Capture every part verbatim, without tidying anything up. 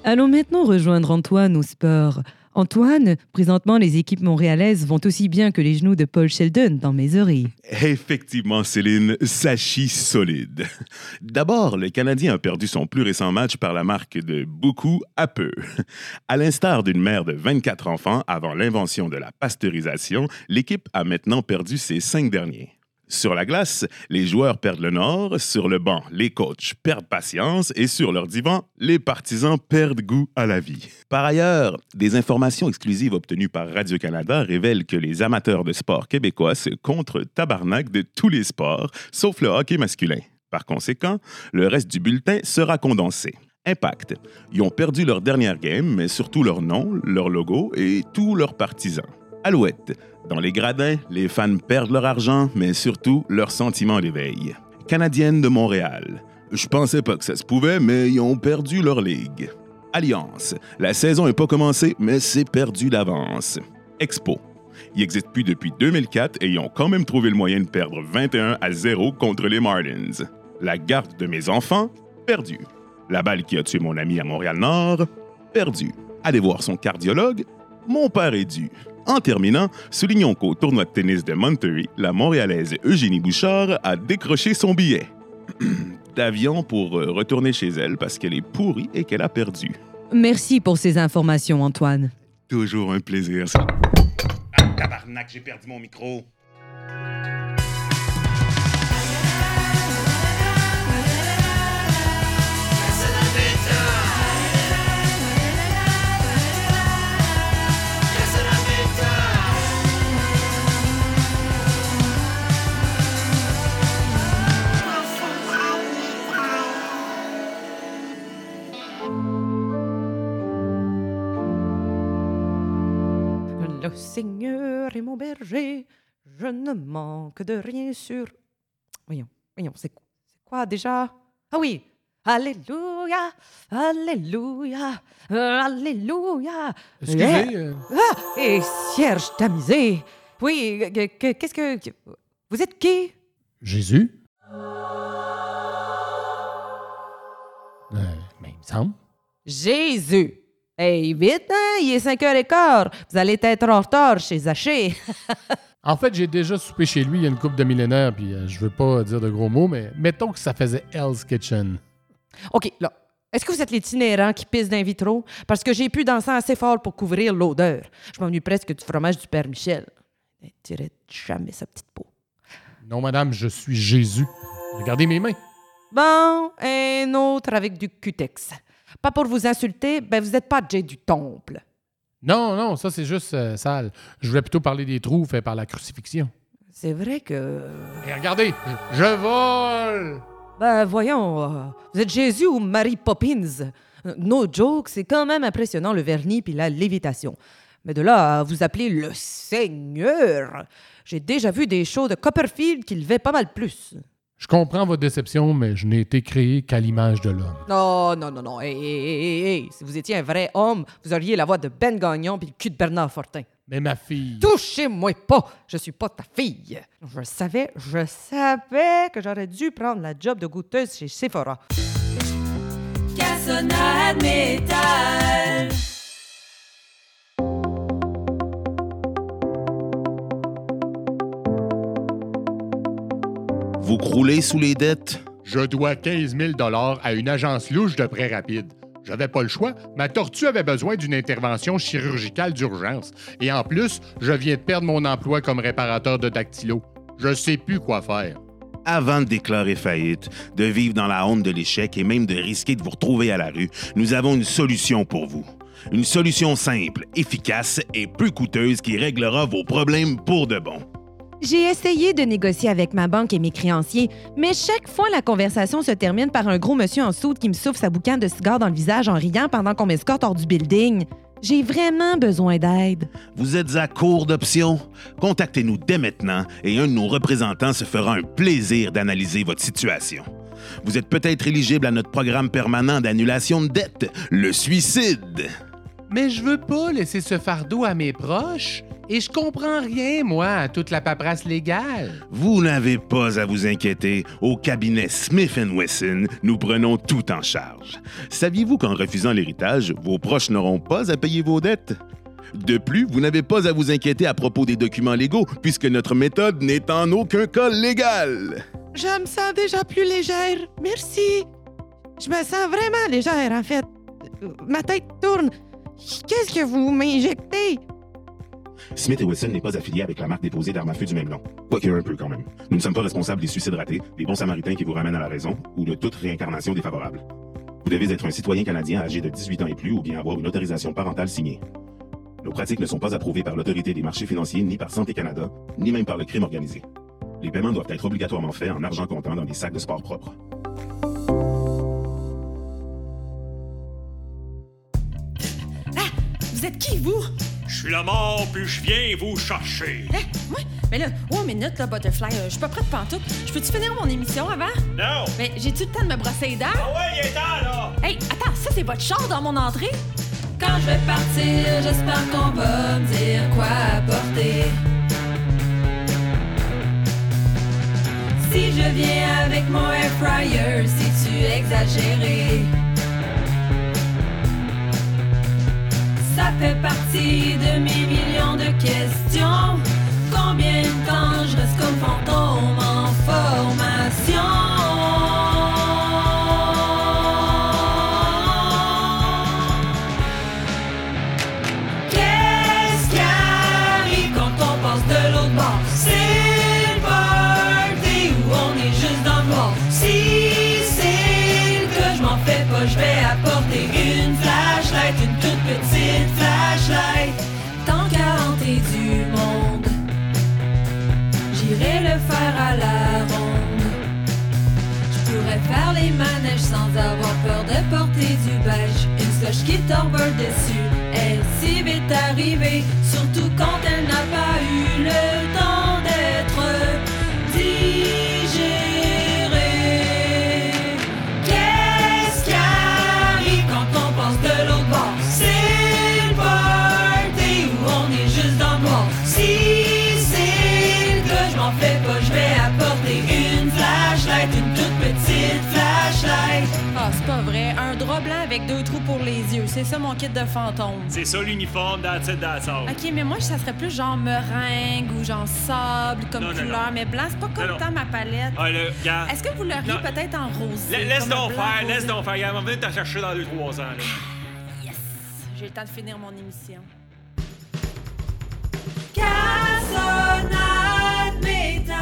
Allons maintenant rejoindre Antoine au sport. Antoine, présentement, les équipes montréalaises vont aussi bien que les genoux de Paul Sheldon dans mes oreilles. Effectivement, Céline, ça chie solide. D'abord, le Canadien a perdu son plus récent match par la marque de beaucoup à peu. À l'instar d'une mère de vingt-quatre enfants avant l'invention de la pasteurisation, l'équipe a maintenant perdu ses cinq derniers. Sur la glace, les joueurs perdent le nord, sur le banc, les coachs perdent patience et sur leur divan, les partisans perdent goût à la vie. Par ailleurs, des informations exclusives obtenues par Radio-Canada révèlent que les amateurs de sport québécois se contre-tabarnak de tous les sports, sauf le hockey masculin. Par conséquent, le reste du bulletin sera condensé. Impact. Ils ont perdu leur dernière game, mais surtout leur nom, leur logo et tous leurs partisans. Alouette. Dans les gradins, les fans perdent leur argent, mais surtout leur sentiment d'éveil. Canadienne de Montréal. Je pensais pas que ça se pouvait, mais ils ont perdu leur ligue. Alliance. La saison n'est pas commencée, mais c'est perdu d'avance. Expo. Ils n'existent plus depuis deux mille quatre et ils ont quand même trouvé le moyen de perdre vingt et un à zéro contre les Marlins. La garde de mes enfants, perdu. La balle qui a tué mon ami à Montréal-Nord, perdu. Allez voir son cardiologue, mon père est dû. En terminant, soulignons qu'au tournoi de tennis de Monterrey, la Montréalaise Eugénie Bouchard a décroché son billet d'avion pour retourner chez elle parce qu'elle est pourrie et qu'elle a perdu. Merci pour ces informations, Antoine. Toujours un plaisir, ça. Ah, tabarnak, j'ai perdu mon micro. Le Seigneur est mon berger, je ne manque de rien sur... Voyons, voyons, c'est quoi, c'est quoi déjà? Ah oui! Alléluia! Alléluia! Alléluia! Excusez. Eh, euh, Ah! Et cierge tamisé! Oui, que- que- qu'est-ce que... Vous êtes qui? Jésus? Euh, mais il me semble. Jésus! Hey, vite, hein? Il est cinq heures quinze. Vous allez être en retard chez Zaché. En fait, j'ai déjà soupé chez lui il y a une couple de millénaires, puis euh, je veux pas dire de gros mots, mais mettons que ça faisait Hell's Kitchen. OK, là. Est-ce que vous êtes l'itinérant qui pisse d'un vitro? Parce que j'ai plus d'encens assez fort pour couvrir l'odeur. Je m'ennuie presque du fromage du Père Michel. Il tirait jamais sa petite peau. Non, madame, je suis Jésus. Regardez mes mains. Bon, un autre avec du cutex. Pas pour vous insulter, ben vous n'êtes pas Jay du Temple. Non, non, ça c'est juste euh, sale. Je voulais plutôt parler des trous faits par la crucifixion. C'est vrai que... Et regardez, je, je vole! Ben voyons, euh, vous êtes Jésus ou Mary Poppins. Euh, No joke, c'est quand même impressionnant le vernis puis la lévitation. Mais de là à vous appeler le Seigneur, j'ai déjà vu des shows de Copperfield qui levaient pas mal plus. Je comprends votre déception, mais je n'ai été créé qu'à l'image de l'homme. Non, non, non, non. Hey, hey, hey, hey, hey. Si vous étiez un vrai homme, vous auriez la voix de Ben Gagnon puis le cul de Bernard Fortin. Mais ma fille... Touchez-moi pas! Je suis pas ta fille. Je savais, je savais que j'aurais dû prendre la job de goûteuse chez Sephora. Cassonade métal. Vous croulez sous les dettes? Je dois quinze mille dollars à une agence louche de prêt rapide. J'avais pas le choix. Ma tortue avait besoin d'une intervention chirurgicale d'urgence. Et en plus, je viens de perdre mon emploi comme réparateur de dactylo. Je sais plus quoi faire. Avant de déclarer faillite, de vivre dans la honte de l'échec et même de risquer de vous retrouver à la rue, nous avons une solution pour vous. Une solution simple, efficace et peu coûteuse qui réglera vos problèmes pour de bon. J'ai essayé de négocier avec ma banque et mes créanciers, mais chaque fois, la conversation se termine par un gros monsieur en soude qui me souffle sa boucane de cigare dans le visage en riant pendant qu'on m'escorte hors du building. J'ai vraiment besoin d'aide. Vous êtes à court d'options? Contactez-nous dès maintenant et un de nos représentants se fera un plaisir d'analyser votre situation. Vous êtes peut-être éligible à notre programme permanent d'annulation de dette, le suicide. Mais je veux pas laisser ce fardeau à mes proches. Et je comprends rien, moi, à toute la paperasse légale. Vous n'avez pas à vous inquiéter. Au cabinet Smith and Wesson, nous prenons tout en charge. Saviez-vous qu'en refusant l'héritage, vos proches n'auront pas à payer vos dettes? De plus, vous n'avez pas à vous inquiéter à propos des documents légaux, puisque notre méthode n'est en aucun cas légale. Je me sens déjà plus légère. Merci. Je me sens vraiment légère, en fait. Ma tête tourne. Qu'est-ce que vous m'injectez? Smith et Wesson n'est pas affilié avec la marque déposée d'armes à feu du même nom. Quoique un peu, quand même. Nous ne sommes pas responsables des suicides ratés, des bons samaritains qui vous ramènent à la raison ou de toute réincarnation défavorable. Vous devez être un citoyen canadien âgé de dix-huit ans et plus ou bien avoir une autorisation parentale signée. Nos pratiques ne sont pas approuvées par l'Autorité des marchés financiers, ni par Santé Canada, ni même par le crime organisé. Les paiements doivent être obligatoirement faits en argent comptant dans des sacs de sport propres. Ah! Vous êtes qui, vous? Je suis la mort, puis je viens vous chercher. Hein? Moi? Mais là, oh, minute, là, Butterfly, euh, je suis pas prête pantoute. Je peux-tu finir mon émission avant? Non! Mais j'ai-tu le temps de me brosser les dents? Ah ouais, il est temps, là! Hey, attends, ça, c'est votre char dans mon entrée? Quand je vais partir, j'espère qu'on va me dire quoi apporter. Si je viens avec mon air fryer, c'est-tu exagéré? Ça fait partie de mes millions de questions. Combien de temps je reste comme fantôme en formation? Qu'est-ce qui arrive quand on passe de l'autre bord? C'est le party où on est juste dans le noir. Si c'est que je m'en fais pas, je vais apporter une flashlight, une toute petite flashlight. Tant qu'à hanter du monde, j'irai le faire à la ronde. Je pourrais faire les manèges sans avoir peur de porter du beige. Une slush qui tombe dessus est si vite arrivée, surtout quand elle n'a pas eu le temps d'être digérée. Qu'est-ce qui arrive quand on passe de l'autre bord? C'est le party où on est juste dans le noir. Si c'est que je m'en fais pas, je vais apporter une flashlight, une toute petite flashlight. Ah, c'est pas vrai. Un drap blanc avec deux trous pour les yeux. C'est ça mon kit de fantôme. C'est ça l'uniforme dans la dans la Ok, mais moi, ça serait plus genre meringue ou genre sable comme Non, non, couleur. non. Mais blanc, c'est pas comme Non, non. tant ma palette. Ah, là, regarde. Est-ce que vous l'auriez Non. peut-être en rosé? La- Laisse comme un donc blanc faire, rosé? laisse donc faire. Regarde, on va venir te chercher dans deux trois ans, là. Yes! J'ai le temps de finir mon émission. Cassonade métal.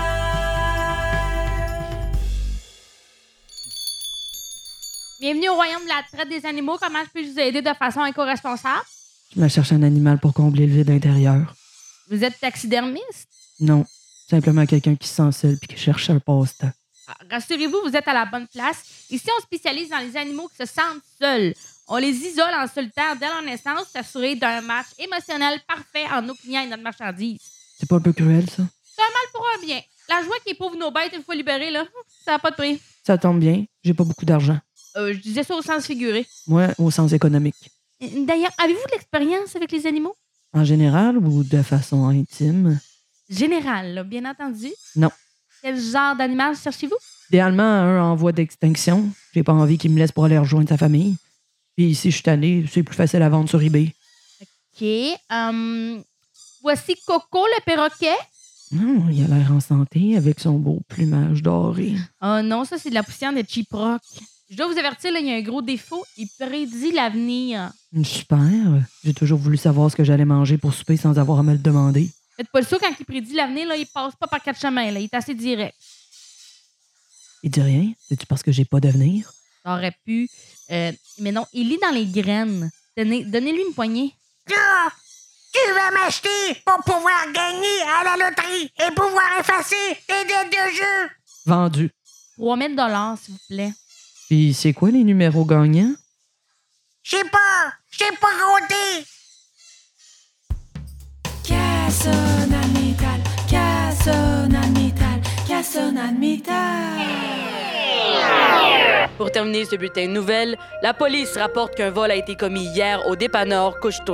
Bienvenue au royaume de la traite des animaux. Comment je peux vous aider de façon éco-responsable? Je me cherche un animal pour combler le vide intérieur. Vous êtes taxidermiste? Non, simplement quelqu'un qui se sent seul puis qui cherche un passe-temps. Ah, rassurez-vous, vous êtes à la bonne place. Ici, on spécialise dans les animaux qui se sentent seuls. On les isole en solitaire dès leur naissance, s'assurer d'un match émotionnel parfait entre nos clients et notre marchandise. C'est pas un peu cruel, ça? C'est un mal pour un bien. La joie qui éprouve nos bêtes une fois libérées, là, ça n'a pas de prix. Ça tombe bien, j'ai pas beaucoup d'argent. Euh, je disais ça au sens figuré. Moi, au sens économique. D'ailleurs, avez-vous de l'expérience avec les animaux? En général ou de façon intime? Général, là, bien entendu. Non. Quel genre d'animal cherchez-vous? Idéalement, un en voie d'extinction. J'ai pas envie qu'il me laisse pour aller rejoindre sa famille. Puis si je suis tanné, c'est plus facile à vendre sur eBay. OK. hum, voici Coco, le perroquet. Non, il a l'air en santé avec son beau plumage doré. Oh non, ça, c'est de la poussière de cheap rock. Je dois vous avertir, là, il y a un gros défaut. Il prédit l'avenir. Super. J'ai toujours voulu savoir ce que j'allais manger pour souper sans avoir à me le demander. Faites pas le saut quand il prédit l'avenir, là, il passe pas par quatre chemins. Là. Il est assez direct. Il dit rien? C'est-tu parce que j'ai pas d'avenir? Ça aurait pu. Euh, mais non, il lit dans les graines. Donnez, donnez-lui une poignée. Ah! Tu vas m'acheter pour pouvoir gagner à la loterie et pouvoir effacer tes dettes de jeu. Vendu. trois mille dollars, s'il vous plaît. Puis c'est quoi les numéros gagnants? Je sais pas, je sais pas compter. Cassonade métal, cassonade métal, cassonade métal. Pour terminer ce bulletin de nouvelles, la police rapporte qu'un vol a été commis hier au dépanneur Couche-toi.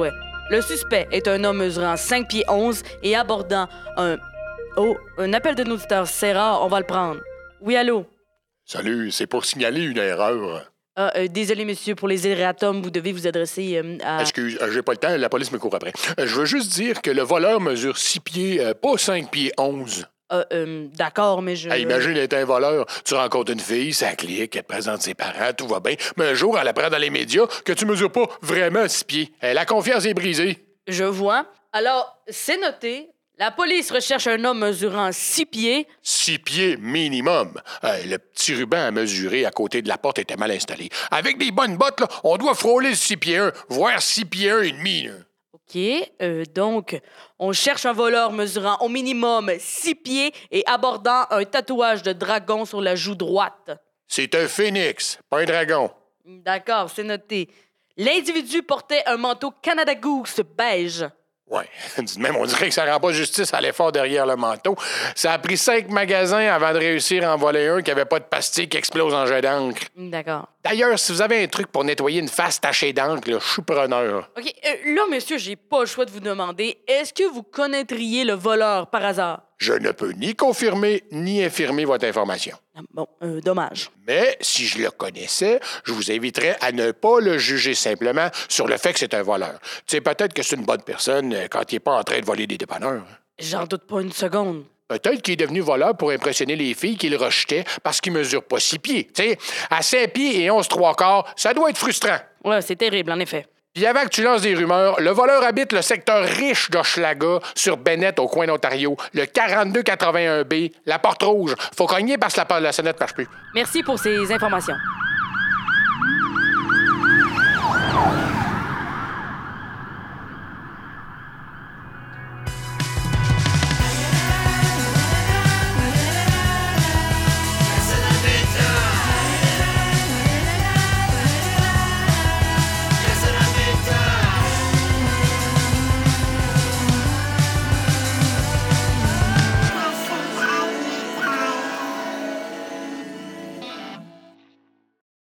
Le suspect est un homme mesurant cinq pieds onze et abordant un... Oh, un appel de auditeur, c'est rare, on va le prendre. Oui, allô? Salut, c'est pour signaler une erreur. Ah, euh, désolé, monsieur, pour les erratums, vous devez vous adresser euh, à... Excuse, euh, j'ai pas le temps, la police me court après. Euh, je veux juste dire que le voleur mesure six pieds, euh, pas cinq pieds onze. Euh, euh, d'accord, mais je... Hey, imagine être un voleur, tu rencontres une fille, ça clique, elle te présente ses parents, tout va bien, mais un jour, elle apprend dans les médias que tu mesures pas vraiment six pieds. Euh, la confiance est brisée. Je vois. Alors, c'est noté. La police recherche un homme mesurant six pieds. Six pieds minimum. Euh, le petit ruban à mesurer à côté de la porte était mal installé. Avec des bonnes bottes, là, on doit frôler le six pieds un, voire six pieds un et demi. Là. OK. Euh, donc, on cherche un voleur mesurant au minimum six pieds et abordant un tatouage de dragon sur la joue droite. C'est un phénix, pas un dragon. D'accord, c'est noté. L'individu portait un manteau Canada Goose beige. Ouais, même on dirait que ça rend pas justice à l'effort derrière le manteau. Ça a pris cinq magasins avant de réussir à en voler un qui avait pas de pastille qui explose en jet d'encre. D'accord. D'ailleurs, si vous avez un truc pour nettoyer une face tachée d'encre, là, je suis preneur. OK, euh, là, monsieur, j'ai pas le choix de vous demander, est-ce que vous connaîtriez le voleur par hasard? Je ne peux ni confirmer ni infirmer votre information. Bon, euh, dommage. Mais si je le connaissais, je vous inviterais à ne pas le juger simplement sur le fait que c'est un voleur. Tu sais, peut-être que c'est une bonne personne quand il n'est pas en train de voler des dépanneurs. J'en doute pas une seconde. Peut-être qu'il est devenu voleur pour impressionner les filles qu'il rejetait parce qu'il mesure pas six pieds. Tu sais, à cinq pieds et onze trois quarts, ça doit être frustrant. Ouais, c'est terrible, en effet. Puis avant que tu lances des rumeurs, le voleur habite le secteur riche d'Hochelaga, sur Bennett, au coin d'Ontario, le quarante-deux quatre-vingt-un B, la porte rouge. Faut cogner parce que la, la sonnette marche plus. Merci pour ces informations.